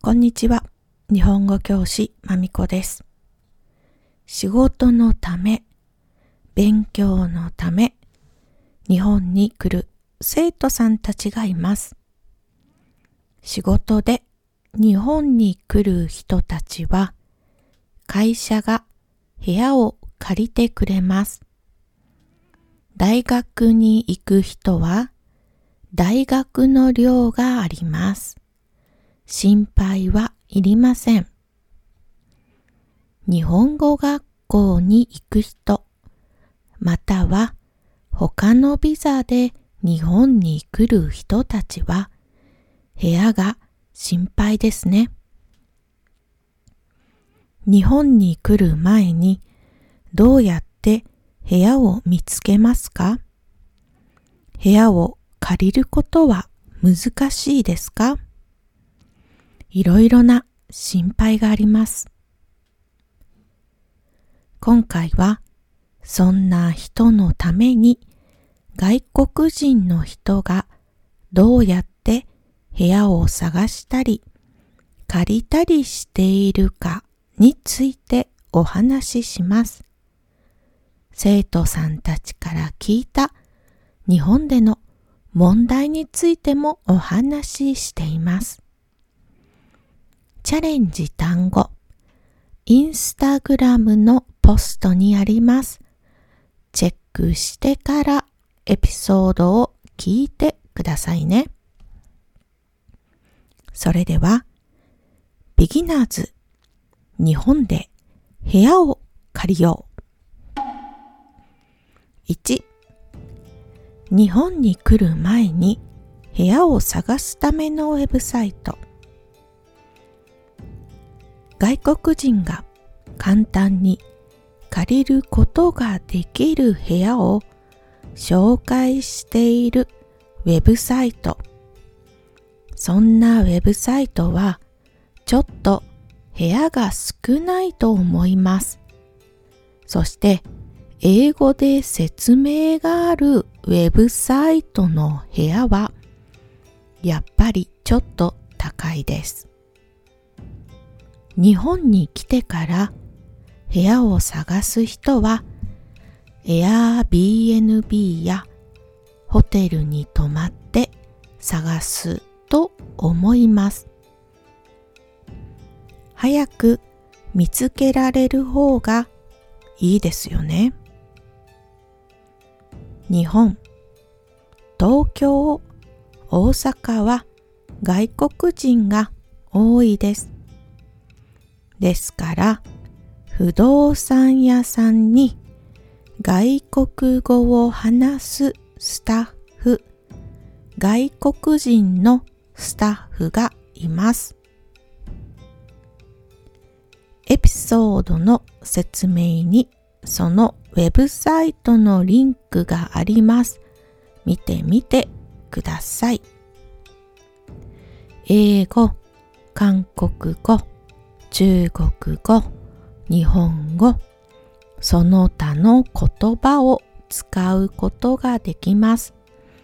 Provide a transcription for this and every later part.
こんにちは。日本語教師まみこです。仕事のため、勉強のため、日本に来る生徒さんたちがいます。仕事で日本に来る人たちは、会社が部屋を借りてくれます。大学に行く人は、大学の寮があります。心配はいりません。日本語学校に行く人、または他のビザで日本に来る人たちは、部屋が心配ですね。日本に来る前にどうやって部屋を見つけますか？部屋を借りることは難しいですか？いろいろな心配があります。今回はそんな人のために外国人の人がどうやって部屋を探したり借りたりしているかについてお話しします。生徒さんたちから聞いた日本での問題についてもお話ししています。チャレンジ単語、インスタグラムのポストにあります。チェックしてからエピソードを聞いてくださいね。それでは、ビギナーズ、日本で部屋を借りよう。1、日本に来る前に部屋を探すためのウェブサイト。外国人が簡単に借りることができる部屋を紹介しているウェブサイト。そんなウェブサイトはちょっと部屋が少ないと思います。そして英語で説明があるウェブサイトの部屋はやっぱりちょっと高いです。日本に来てから部屋を探す人は Airbnb やホテルに泊まって探すと思います。早く見つけられる方がいいですよね。日本、東京、大阪は外国人が多いです。ですから、不動産屋さんに外国語を話すスタッフ、外国人のスタッフがいます。エピソードの説明にそのウェブサイトのリンクがあります。見てみてください。英語、韓国語、中国語、日本語、その他の言葉を使うことができます。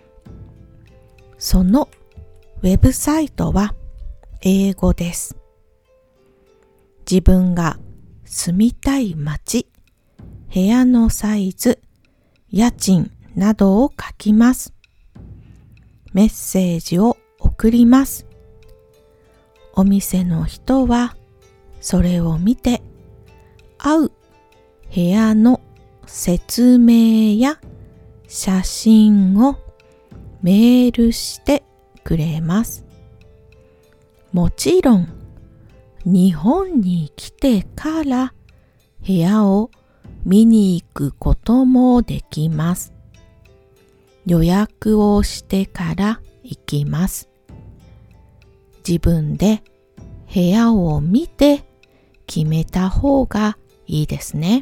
そのウェブサイトは英語です。自分が住みたい街、部屋のサイズ、家賃などを書きます。メッセージを送ります。お店の人はそれを見て合う部屋の説明や写真をメールしてくれます。もちろん日本に来てから部屋を見に行くこともできます。予約をしてから行きます。自分で部屋を見て決めた方がいいですね。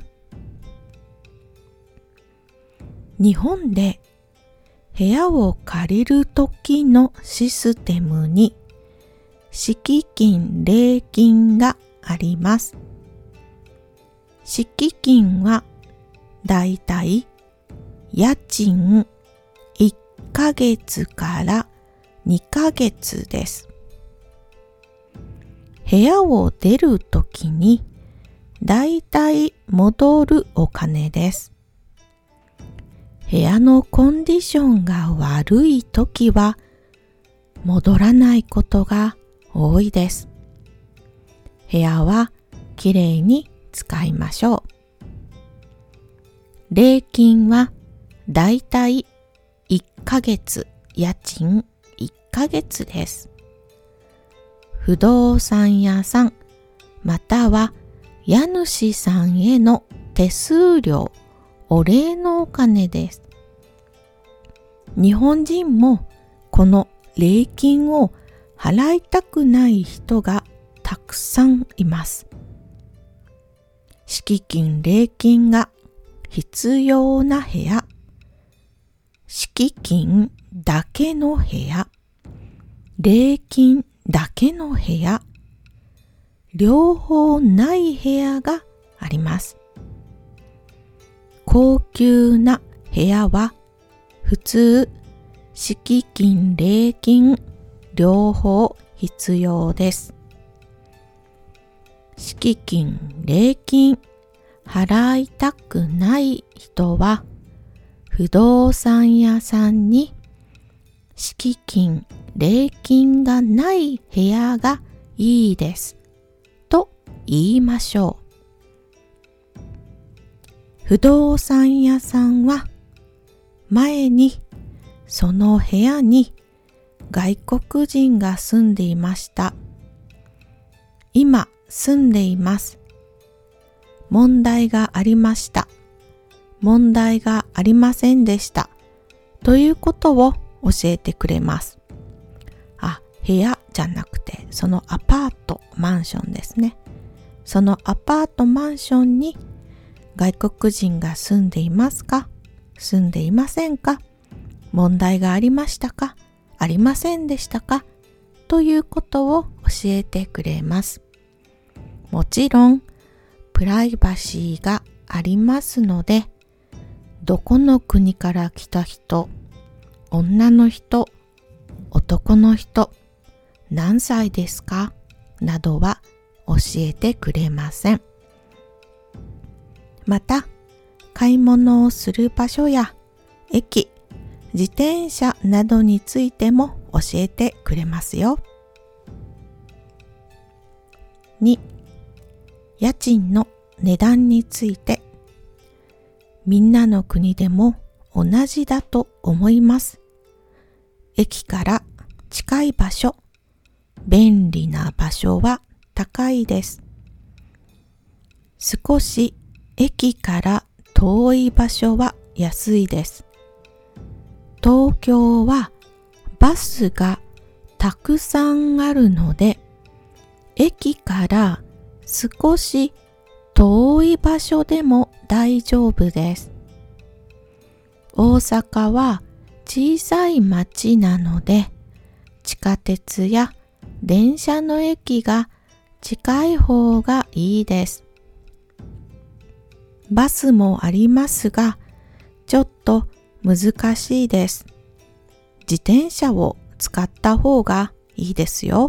日本で部屋を借りるときのシステムに敷金・礼金があります。敷金はだいたい家賃1ヶ月から2ヶ月です。 部屋を出るときにだいたい戻るお金です。部屋のコンディションが悪いときは戻らないことが多いです。部屋はきれいに使いましょう。礼金はだいたい1ヶ月、家賃1ヶ月です。不動産屋さんまたは家主さんへの手数料、お礼のお金です。日本人もこの礼金を払いたくない人がたくさんいます。敷金・礼金が必要な部屋、敷金だけの部屋、礼金だけの部屋、両方ない部屋があります。高級な部屋は普通、敷金・礼金両方必要です。敷金・礼金払いたくない人は不動産屋さんに敷金・礼金がない部屋がいいですと言いましょう。不動産屋さんは前にその部屋に外国人が住んでいました。今住んでいます。問題がありました。問題がありませんでした。ということを教えてくれます。部屋じゃなくて、そのアパート、マンションですね。そのアパート、マンションに外国人が住んでいますか？住んでいませんか？問題がありましたか？ありませんでしたか？ということを教えてくれます。もちろん、プライバシーがありますので、どこの国から来た人、女の人、男の人、何歳ですか？などは教えてくれません。また、買い物をする場所や駅、自転車などについても教えてくれますよ。2、家賃の値段について。みんなの国でも同じだと思います。駅から近い場所、便利な場所は高いです。少し駅から遠い場所は安いです。東京はバスがたくさんあるので、駅から少し遠い場所でも大丈夫です。大阪は小さい町なので、地下鉄や電車の駅が近い方がいいです。バスもありますが、ちょっと難しいです。自転車を使った方がいいですよ。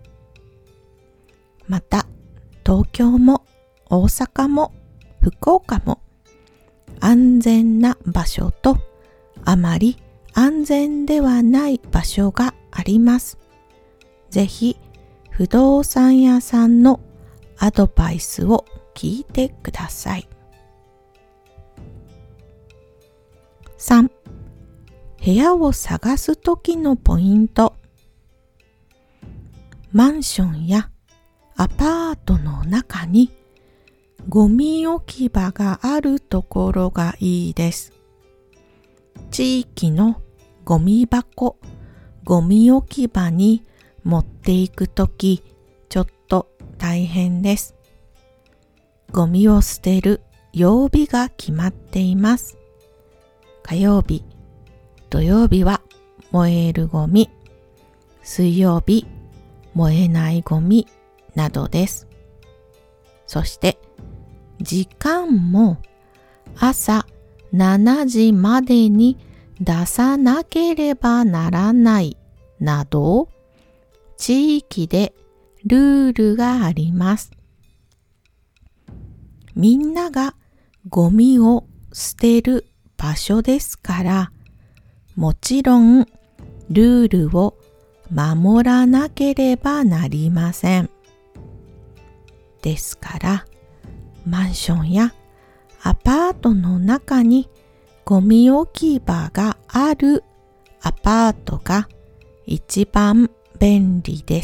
また、東京も大阪も福岡も安全な場所とあまり安全ではない場所があります。ぜひ不動産屋さんのアドバイスを聞いてください。3、部屋を探すときのポイント。マンションやアパートの中にゴミ置き場があるところがいいです。地域のゴミ箱、ゴミ置き場に持っていくとき、ちょっと大変です。ゴミを捨てる曜日が決まっています。火曜日、土曜日は燃えるゴミ、水曜日、燃えないゴミなどです。そして時間も朝7時までに出さなければならないなど、地域でルールがあります。みんながゴミを捨てる場所ですから、もちろんルールを守らなければなりません。ですから、マンションやアパートの中にゴミ置き場があるアパートが一番便利です。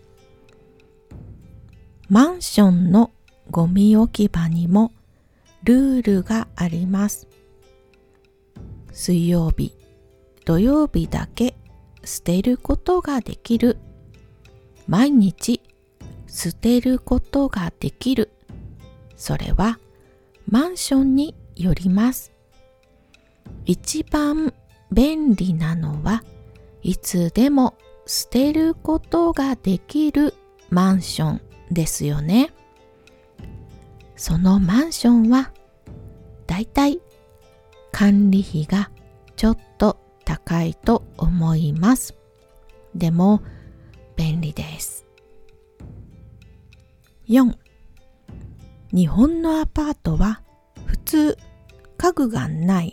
マンションのゴミ置き場にもルールがあります。水曜日、土曜日だけ捨てることができる。毎日捨てることができる。それはマンションによります。一番便利なのはいつでも捨てることができるマンションですよね。そのマンションはだいたい管理費がちょっと高いと思います。でも便利です。4. 日本のアパートは普通家具がない。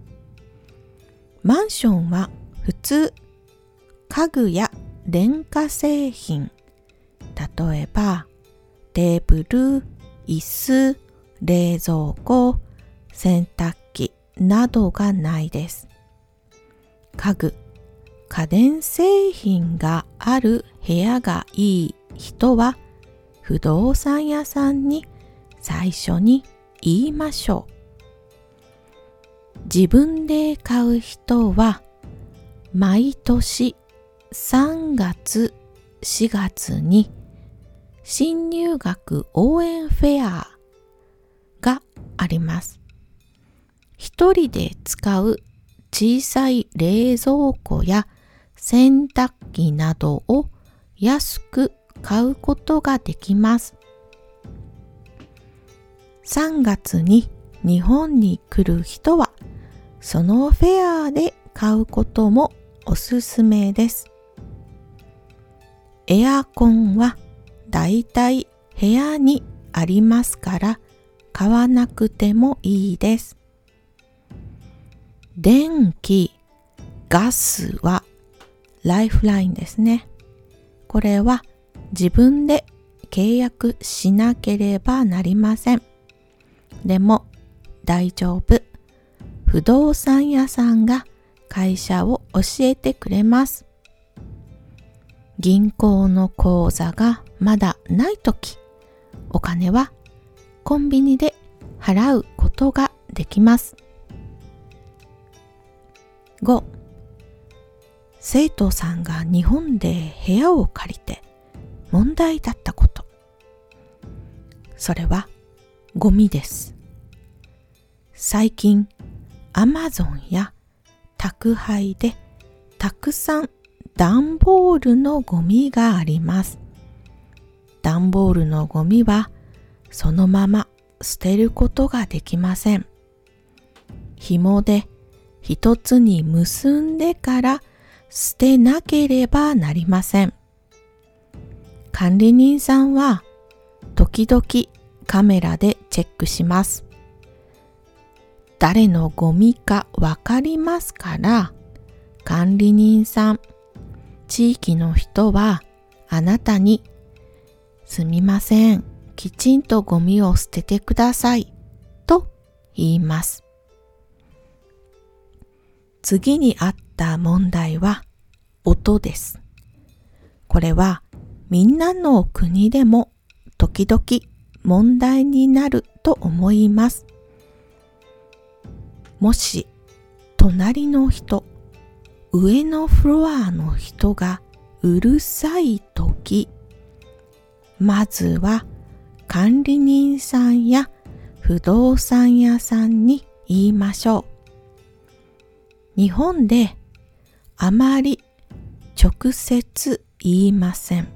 マンションは普通家具や電化製品、例えばテーブル、椅子、冷蔵庫、洗濯機などがないです。家具、家電製品がある部屋がいい人は不動産屋さんに最初に言いましょう。自分で買う人は毎年3月、4月に新入学応援フェアがあります。一人で使う小さい冷蔵庫や洗濯機などを安く買うことができます。3月に日本に来る人はそのフェアで買うこともおすすめです。エアコンはだいたい部屋にありますから買わなくてもいいです。電気、ガスはライフラインですね。これは自分で契約しなければなりません。でも大丈夫。不動産屋さんが会社を教えてくれます。銀行の口座がまだないとき、お金はコンビニで払うことができます。5. 生徒さんが日本で部屋を借りて問題だったこと。それはゴミです。最近Amazon や宅配でたくさん段ボールのゴミがあります。段ボールのゴミはそのまま捨てることができません。紐で一つに結んでから捨てなければなりません。管理人さんは時々カメラでチェックします。誰のゴミかわかりますから、管理人さん、地域の人はあなたにすみません、きちんとゴミを捨ててくださいと言います。次にあった問題は音です。これはみんなの国でも時々問題になると思います。もし隣の人、上のフロアの人がうるさいとき、まずは管理人さんや不動産屋さんに言いましょう。日本であまり直接言いません。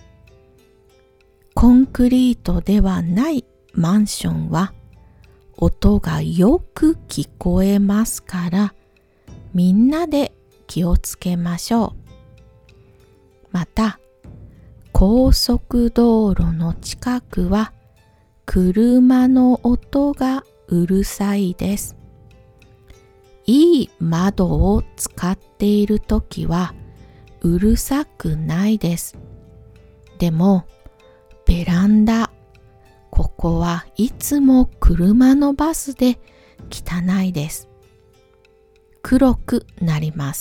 コンクリートではないマンションは音がよく聞こえますから、みんなで気をつけましょう。また、 高速道路の近くは車の音がうるさいです。いい窓を使っているときはうるさくないです。でもベランダ、ここはいつも車のバスで汚いです。黒くなります。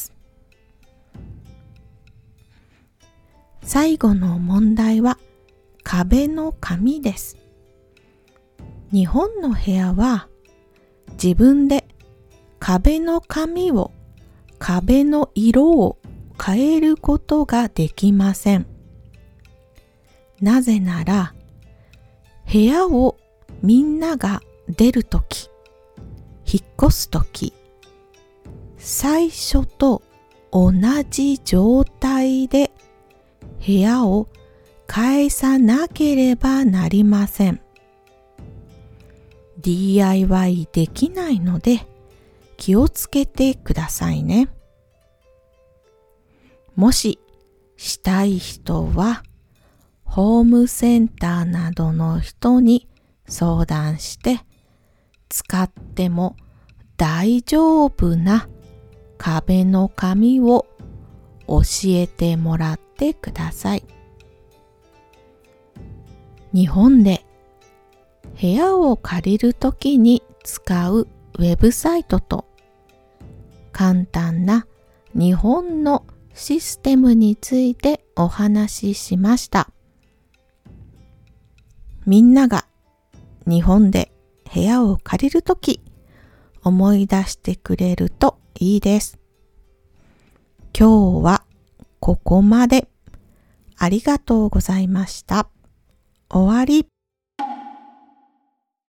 最後の問題は壁の紙です。日本の部屋は自分で壁の紙を、壁の色を変えることができません。なぜなら、部屋をみんなが出るとき、引っ越すとき、最初と同じ状態で部屋を返さなければなりません。DIY できないので気をつけてくださいね。もししたい人はホームセンターなどの人に相談して使っても大丈夫な壁の紙を教えてもらってください。日本で部屋を借りるときに使うウェブサイトと簡単な日本のシステムについてお話ししました。みんなが日本で部屋を借りるとき思い出してくれるといいです。今日はここまで。ありがとうございました。終わり。